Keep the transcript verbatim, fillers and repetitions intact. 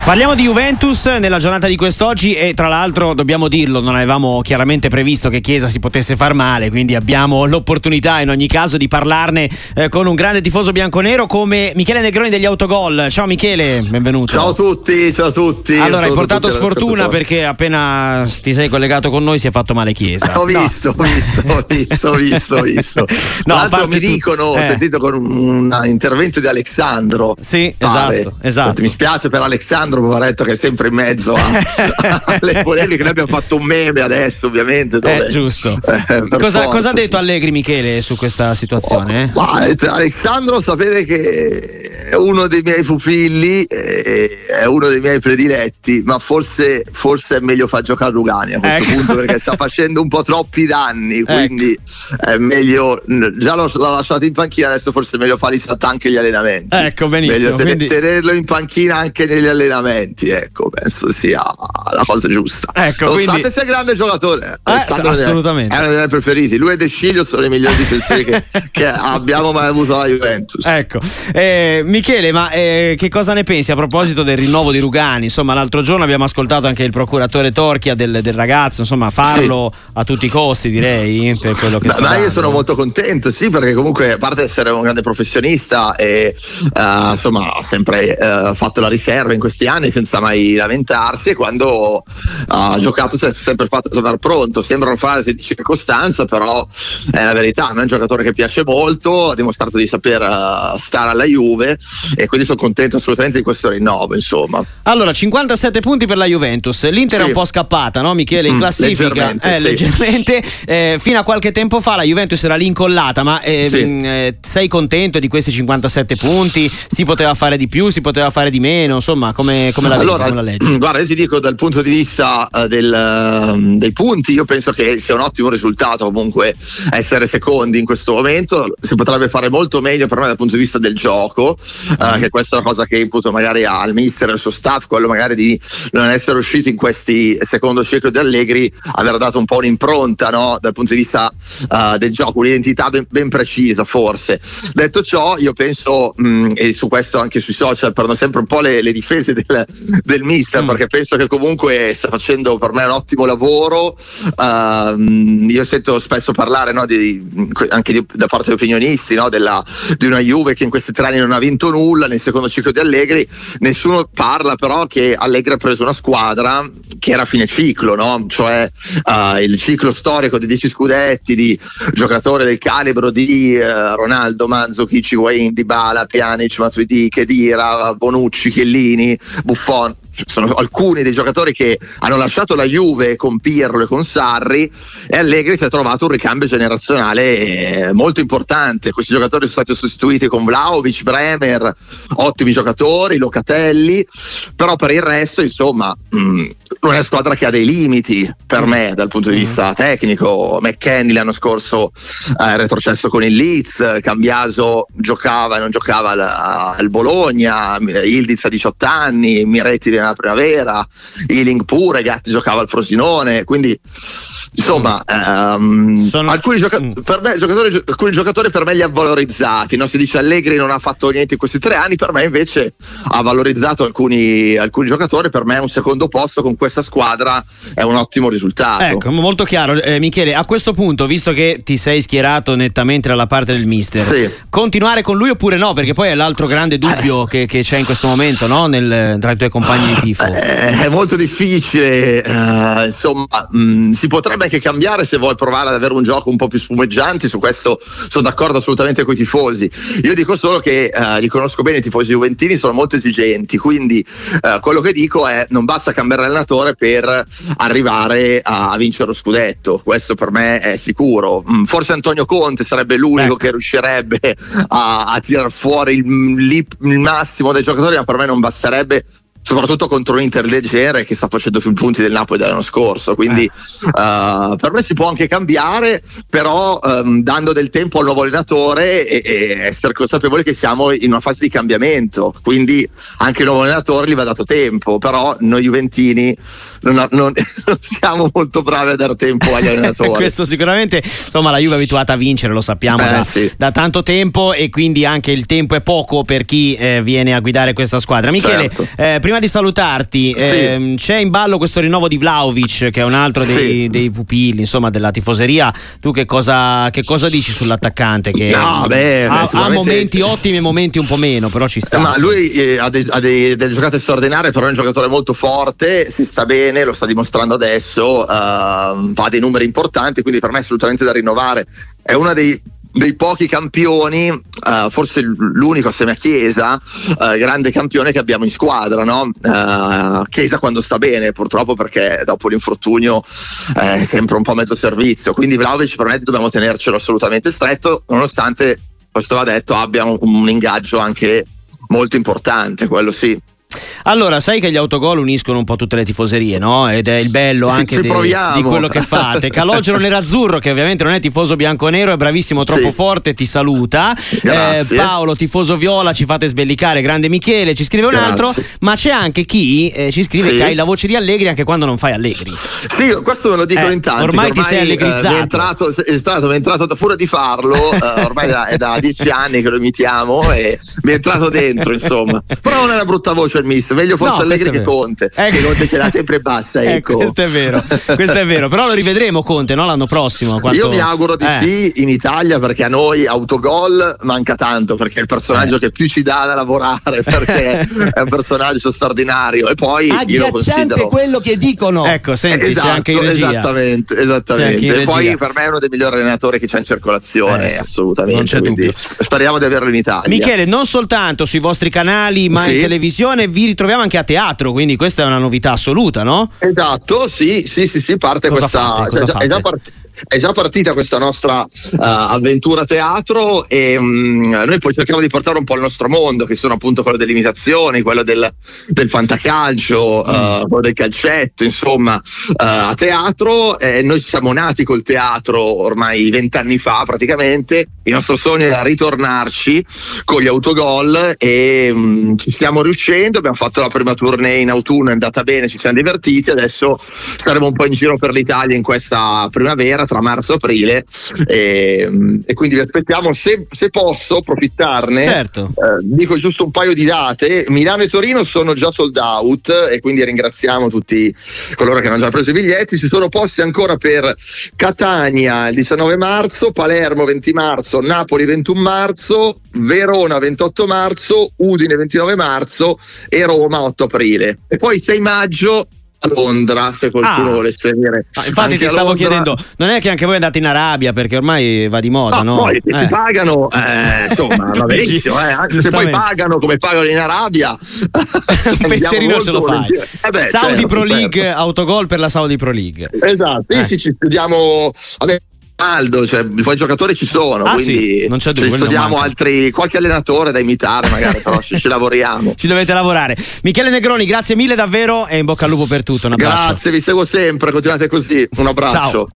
Parliamo di Juventus nella giornata di quest'oggi e tra l'altro dobbiamo dirlo, non avevamo chiaramente previsto che Chiesa si potesse far male, quindi abbiamo l'opportunità in ogni caso di parlarne eh, con un grande tifoso bianconero come Michele Negroni degli Autogol. Ciao Michele, benvenuto. Ciao a tutti, ciao a tutti. Allora, hai portato sfortuna perché appena ti sei collegato con noi si è fatto male Chiesa. Ho visto, no. ho visto, ho visto, ho visto, ho visto. No, Tra l'altro mi dicono, eh. ho sentito con un intervento di Alexandro. Sì, pare. esatto, esatto. Mi spiace per Alexandro, poveretto, che è sempre in mezzo a, alle polemiche. Noi abbiamo fatto un meme adesso, ovviamente. Dove, eh, giusto. Eh, cosa, forza, cosa ha detto sì. Allegri, Michele, su questa situazione? Oh, ma, Alexandro, sapete che è uno dei miei pupilli, è uno dei miei prediletti, ma forse, forse è meglio far giocare Rugani a questo ecco. punto, perché sta facendo un po' troppi danni, quindi ecco. È meglio, già l'ho, l'ho lasciato in panchina, adesso forse è meglio fargli saltare anche gli allenamenti. Ecco, benissimo. Meglio quindi... tenerlo in panchina anche negli allenamenti, ecco, penso sia la cosa giusta. Ecco, nonostante quindi... sia grande giocatore, eh, assolutamente. è uno dei miei preferiti. Lui e De Sciglio sono i migliori difensori che, che abbiamo mai avuto alla Juventus. Ecco, eh, Michele, ma eh, che cosa ne pensi a proposito del rinnovo di Rugani? Insomma, l'altro giorno abbiamo ascoltato anche il procuratore Torchia del, del ragazzo, insomma, farlo sì. a tutti i costi, direi, per quello che ma, sta ma dando. Io sono molto contento, sì, perché comunque, a parte essere un grande professionista e uh, insomma ha sempre uh, fatto la riserva in questi anni senza mai lamentarsi, e quando ha giocato si è sempre fatto trovare pronto. Sembra una frase di circostanza, però è la verità. A me è un giocatore che piace molto, ha dimostrato di saper uh, stare alla Juve, e quindi sono contento assolutamente di questo rinnovo, insomma. Allora, cinquantasette punti per la Juventus. L'Inter sì. è un po' scappata, no Michele, in mm, classifica? Leggermente, eh, sì. leggermente. Eh, fino a qualche tempo fa la Juventus era lì incollata, ma eh, sì. mh, eh, sei contento di questi cinquantasette punti? Si poteva fare di più, si poteva fare di meno, insomma, come, come la vedi, allora, come la leggi? Guarda, io ti dico, dal punto di vista uh, del, uh, dei punti, io penso che sia un ottimo risultato comunque essere secondi in questo momento. Si potrebbe fare molto meglio per me dal punto di vista del gioco, uh, che questa è una cosa che imputo magari al mister e al suo staff, quello magari di non essere uscito in questi secondo ciclo di Allegri, aver dato un po' un'impronta, no? Dal punto di vista uh, del gioco, un'identità ben, ben precisa forse. Detto ciò, io penso, mh, e su questo anche sui social perdono sempre un po' le, le difese del, del mister, mm. perché penso che comunque sta facendo per me un ottimo lavoro. Uh, io sento spesso parlare, no, di, anche di, da parte degli opinionisti, no, della, di una Juve che in questi tre anni non ha vinto nulla nel secondo ciclo di Allegri. Nessuno parla però che Allegri ha preso una squadra che era a fine ciclo, no? Cioè uh, il ciclo storico di dieci scudetti, di giocatori del calibro di uh, Ronaldo, Mandzukic, Higuaín, Dybala, Pjanic, Matuidi, Khedira, Bonucci, Chiellini, Buffon. Sono alcuni dei giocatori che hanno lasciato la Juve con Pirlo e con Sarri, e Allegri si è trovato un ricambio generazionale molto importante. Questi giocatori sono stati sostituiti con Vlahovic, Bremer, ottimi giocatori, Locatelli, però per il resto insomma mh, non è una squadra che ha dei limiti per me dal punto di vista tecnico. McKennie l'anno scorso è retrocesso con il Leeds, Cambiaso giocava e non giocava al, al Bologna, Ildiz a diciotto anni, Miretti nella primavera, Ealing pure, Gatti giocava al Frosinone, quindi insomma um, Sono... alcuni, gioca- mm. per me, giocatori, alcuni giocatori per me li ha valorizzati, no? Si dice Allegri non ha fatto niente in questi tre anni, per me invece ha valorizzato alcuni, alcuni giocatori. Per me un secondo posto con questa squadra è un ottimo risultato. Ecco, molto chiaro. eh, Michele, a questo punto, visto che ti sei schierato nettamente dalla parte del mister, sì. continuare con lui oppure no? Perché poi è l'altro grande dubbio eh. che, che c'è in questo momento, no? Nel, tra i tuoi compagni di tifo. eh, è molto difficile, uh, insomma mh, si potrebbe anche cambiare se vuoi provare ad avere un gioco un po' più spumeggiante. Su questo sono d'accordo assolutamente con i tifosi. Io dico solo che uh, li conosco bene, i tifosi juventini sono molto esigenti, quindi uh, quello che dico è non basta cambiare allenatore per arrivare a, a vincere lo scudetto, questo per me è sicuro. mm, forse Antonio Conte sarebbe l'unico eh. che riuscirebbe a, a tirar fuori il, il, il massimo dei giocatori, ma per me non basterebbe, soprattutto contro l'Inter del genere che sta facendo più punti del Napoli dell'anno scorso, quindi eh. uh, per me si può anche cambiare, però um, dando del tempo al nuovo allenatore e, e essere consapevoli che siamo in una fase di cambiamento, quindi anche il nuovo allenatore gli va dato tempo, però noi juventini non, ha, non, non siamo molto bravi a dare tempo agli allenatori. Questo sicuramente, insomma, la Juve è abituata a vincere, lo sappiamo eh, da, sì. da tanto tempo, e quindi anche il tempo è poco per chi eh, viene a guidare questa squadra. Michele, certo. eh, prima di salutarti, sì. ehm, c'è in ballo questo rinnovo di Vlahovic, che è un altro dei, sì. dei pupilli, insomma, della tifoseria. Tu che cosa, che cosa dici sull'attaccante? Che no, beh, ha, beh, ha momenti ottimi e momenti un po' meno, però ci sta. Ma lui eh, ha, dei, ha dei, delle giocate straordinarie, però è un giocatore molto forte, si sta bene, lo sta dimostrando adesso, uh, fa dei numeri importanti, quindi per me è assolutamente da rinnovare. È una dei dei pochi campioni, uh, forse l'unico assieme a Chiesa, uh, grande campione che abbiamo in squadra, no? Uh, Chiesa quando sta bene, purtroppo, perché dopo l'infortunio è sempre un po' mezzo servizio, quindi Vlahovic per me dobbiamo tenercelo assolutamente stretto, nonostante, questo va detto, abbia un, un ingaggio anche molto importante, quello sì. Allora, sai che gli autogol uniscono un po' tutte le tifoserie, no? Ed è il bello anche sì, de, di quello che fate. Calogero Nerazzurro, che ovviamente non è tifoso bianconero, è bravissimo, troppo sì. forte, ti saluta. Eh, Paolo, tifoso viola, ci fate sbellicare. Grande Michele, ci scrive un Grazie. altro. Ma c'è anche chi eh, ci scrive sì. che hai la voce di Allegri anche quando non fai Allegri. Sì, questo me lo dicono eh, in tanti. Ormai, ormai ti sei allegrizzato. Eh, mi è entrato, è entrato, mi è entrato da pure di farlo. eh, ormai da, è da dieci anni che lo imitiamo e mi è entrato dentro, insomma. Però non è una brutta voce il mister, meglio forse no, Allegri che Conte, ecco. che Conte ce l'ha sempre bassa, ecco. Eh, questo è vero, questo è vero, però lo rivedremo Conte, no? L'anno prossimo. Quanto... Io mi auguro di eh. sì in Italia, perché a noi autogol manca tanto, perché è il personaggio eh. che più ci dà da lavorare, perché è un personaggio straordinario, e poi io lo considero quello che dicono. Ecco, senti, esatto, c'è anche in regia. Esattamente, esattamente. E poi per me è uno dei migliori allenatori che c'è in circolazione, eh, assolutamente. Non c'è quindi dubbio. Speriamo di averlo in Italia. Michele, non soltanto sui vostri canali, ma sì. in televisione vi ritroviamo anche a teatro, quindi questa è una novità assoluta, no? Esatto, sì, sì, sì, sì, parte Cosa questa fate? cioè, Cosa è, già part- è già partita questa nostra uh, avventura teatro, e um, noi poi cerchiamo di portare un po' il nostro mondo, che sono appunto quello delle imitazioni, quello del, del fantacalcio, mm. uh, quello del calcetto, insomma, uh, a teatro. Eh, noi siamo nati col teatro ormai vent'anni fa praticamente. Il nostro sogno era ritornarci con gli autogol e um, ci stiamo riuscendo. Abbiamo fatto la prima tournée in autunno, è andata bene, ci siamo divertiti. Adesso saremo un po' in giro per l'Italia in questa primavera, tra marzo e aprile, e, e quindi vi aspettiamo. Se, se posso approfittarne, certo. eh, dico giusto un paio di date. Milano e Torino sono già sold out, e quindi ringraziamo tutti coloro che hanno già preso i biglietti. Ci sono posti ancora per Catania il diciannove marzo, Palermo venti marzo, Napoli ventuno marzo, Verona ventotto marzo, Udine ventinove marzo e Roma otto aprile. E poi sei maggio a Londra, se qualcuno ah. volesse venire. Ah, infatti ti stavo Londra. chiedendo, non è che anche voi andate in Arabia, perché ormai va di moda, no? no? Poi eh. si pagano, eh, insomma, va benissimo, eh, anche se poi pagano come pagano in Arabia. Un pensierino se lo fai. Eh beh, Saudi certo, Pro League, certo. Autogol per la Saudi Pro League. Esatto, eh. sì, ci studiamo. Vabbè, Aldo, cioè i tuoi giocatori ci sono, ah, quindi sì, non c'è dubbio, studiamo altri, qualche allenatore da imitare magari, però ci, ci lavoriamo. Ci dovete lavorare. Michele Negroni, grazie mille davvero e in bocca al lupo per tutto. Un abbraccio. Grazie, vi seguo sempre, continuate così. Un abbraccio. Ciao.